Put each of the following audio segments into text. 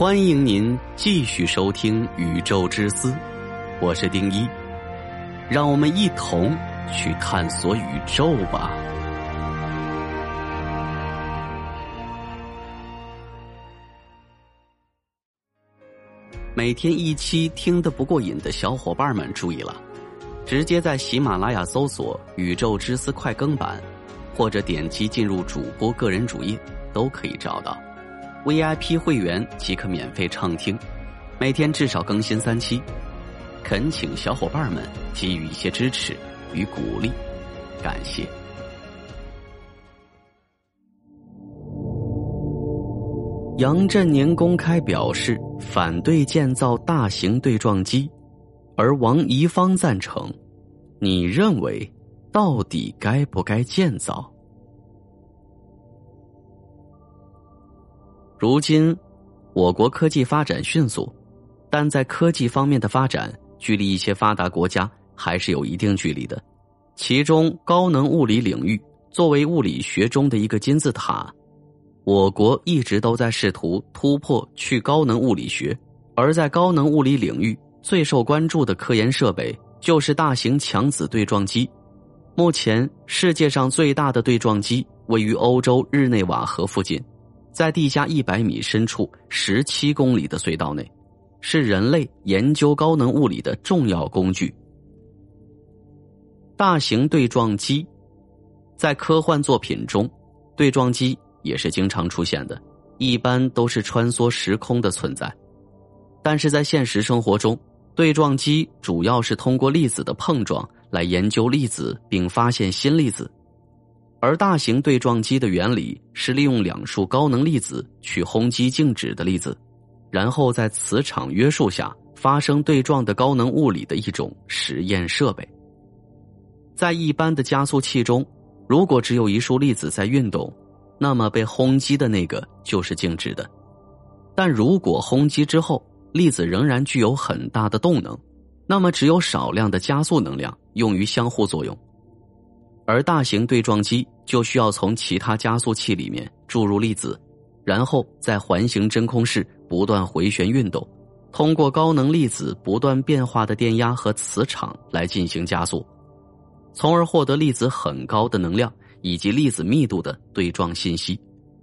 欢迎您继续收听《宇宙之思》，我是丁一，让我们一同去探索宇宙吧。每天一期听得不过瘾的小伙伴们注意了，直接在喜马拉雅搜索《宇宙之思快更版》，或者点击进入主播个人主页都可以找到。VIP 会员即可免费畅听，每天至少更新3期，恳请小伙伴们给予一些支持与鼓励，感谢。杨振宁公开表示反对建造大型对撞机，而王贻芳赞成。你认为到底该不该建造？如今我国科技发展迅速，但在科技方面的发展距离一些发达国家还是有一定距离的。其中高能物理领域作为物理学中的一个金字塔，我国一直都在试图突破去高能物理学，而在高能物理领域最受关注的科研设备就是大型强子对撞机。目前世界上最大的对撞机位于欧洲日内瓦河附近，在地下100米深处17公里的隧道内，是人类研究高能物理的重要工具。大型对撞机在科幻作品中，对撞机也是经常出现的，一般都是穿梭时空的存在。但是在现实生活中，对撞机主要是通过粒子的碰撞来研究粒子并发现新粒子。而大型对撞机的原理是利用2束高能粒子去轰击静止的粒子，然后在磁场约束下发生对撞的高能物理的一种实验设备。在一般的加速器中，如果只有一束粒子在运动，那么被轰击的那个就是静止的。但如果轰击之后粒子仍然具有很大的动能，那么只有少量的加速能量用于相互作用。而大型对撞机就需要从其他加速器里面注入粒子，然后在环形真空室不断回旋运动，通过高能粒子不断变化的电压和磁场来进行加速，从而获得粒子很高的能量以及粒子密度的对撞信息。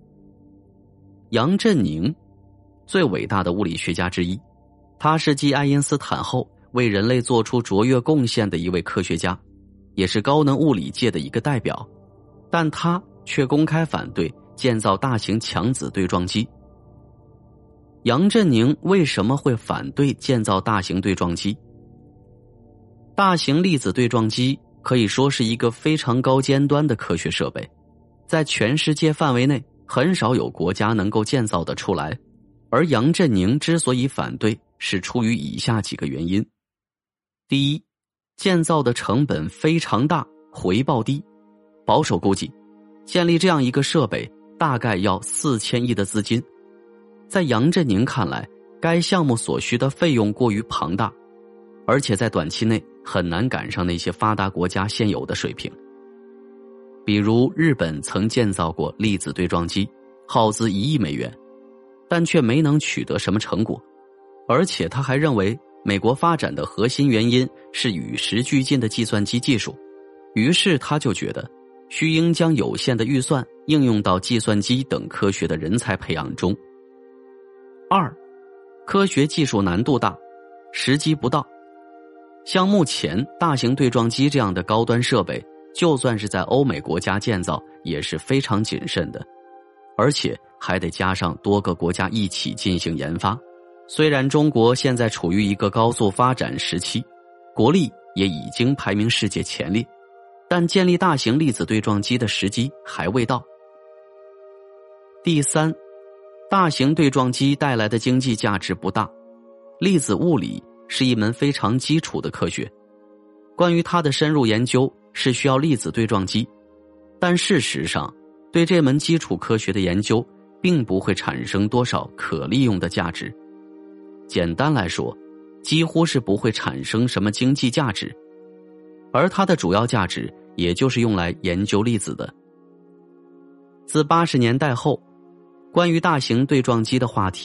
杨振宁，最伟大的物理学家之一，他是继爱因斯坦后为人类做出卓越贡献的一位科学家，也是高能物理界的一个代表，但他却公开反对建造大型强子对撞机。杨振宁为什么会反对建造大型对撞机？大型粒子对撞机可以说是一个非常高尖端的科学设备，在全世界范围内很少有国家能够建造得出来，而杨振宁之所以反对是出于以下几个原因。第一，建造的成本非常大，回报低。保守估计，建立这样一个设备大概要4000亿的资金。在杨振宁看来，该项目所需的费用过于庞大，而且在短期内很难赶上那些发达国家现有的水平。比如日本曾建造过粒子对撞机，耗资1亿美元，但却没能取得什么成果。而且他还认为美国发展的核心原因是与时俱进的计算机技术，于是他就觉得需应将有限的预算应用到计算机等科学的人才培养中。2，科学技术难度大，时机不到。像目前大型对撞机这样的高端设备，就算是在欧美国家建造也是非常谨慎的，而且还得加上多个国家一起进行研发。虽然中国现在处于一个高速发展时期，国力也已经排名世界前列，但建立大型粒子对撞机的时机还未到。第3，大型对撞机带来的经济价值不大。粒子物理是一门非常基础的科学，关于它的深入研究是需要粒子对撞机，但事实上对这门基础科学的研究并不会产生多少可利用的价值。简单来说，几乎是不会产生什么经济价值，而它的主要价值也就是用来研究粒子的。自80年代后，关于大型对撞机的话题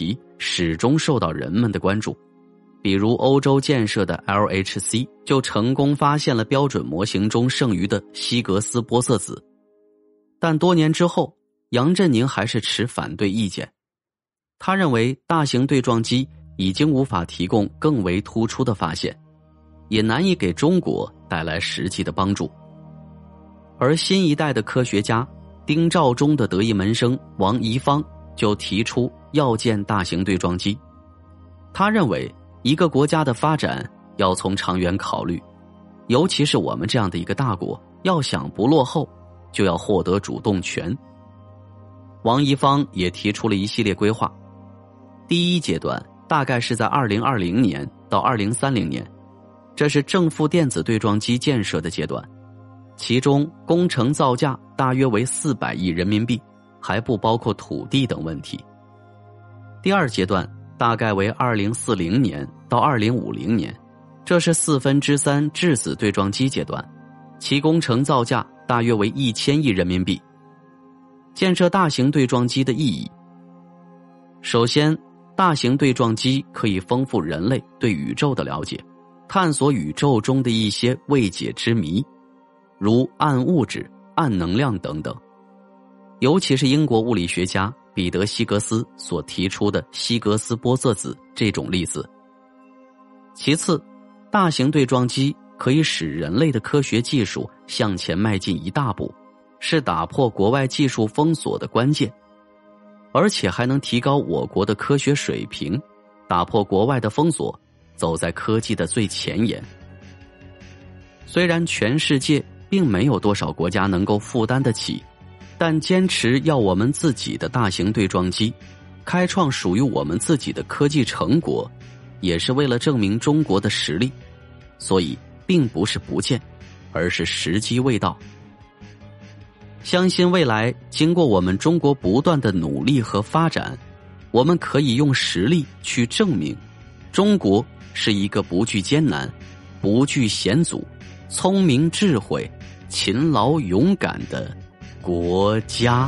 始终受到人们的关注。比如欧洲建设的 LHC 就成功发现了标准模型中剩余的希格斯玻色子。但多年之后，杨振宁还是持反对意见。他认为大型对撞机已经无法提供更为突出的发现，也难以给中国带来实际的帮助。而新一代的科学家丁肇中的得意门生王贻芳就提出要建大型对撞机。他认为一个国家的发展要从长远考虑，尤其是我们这样的一个大国，要想不落后，就要获得主动权。王贻芳也提出了一系列规划，第一阶段大概是在2020年到2030年，这是正负电子对撞机建设的阶段，其中工程造价大约为400亿人民币，还不包括土地等问题。第二阶段大概为2040年到2050年，这是3/4质子对撞机阶段，其工程造价大约为1000亿人民币。建设大型对撞机的意义，首先，大型对撞机可以丰富人类对宇宙的了解，探索宇宙中的一些未解之谜，如暗物质、暗能量等等。尤其是英国物理学家彼得·希格斯所提出的希格斯玻色子这种粒子。其次，大型对撞机可以使人类的科学技术向前迈进一大步，是打破国外技术封锁的关键，而且还能提高我国的科学水平，打破国外的封锁，走在科技的最前沿。虽然全世界并没有多少国家能够负担得起，但坚持要我们自己的大型对撞机，开创属于我们自己的科技成果，也是为了证明中国的实力。所以并不是不见，而是时机未到。相信未来经过我们中国不断的努力和发展，我们可以用实力去证明中国是一个不惧艰难、不惧险阻、聪明智慧、勤劳勇敢的国家。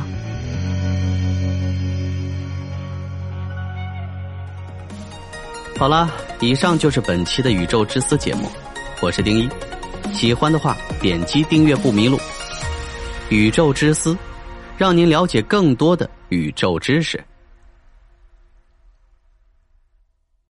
好了，以上就是本期的宇宙之思节目，我是丁一，喜欢的话点击订阅不迷路。宇宙之思，让您了解更多的宇宙知识。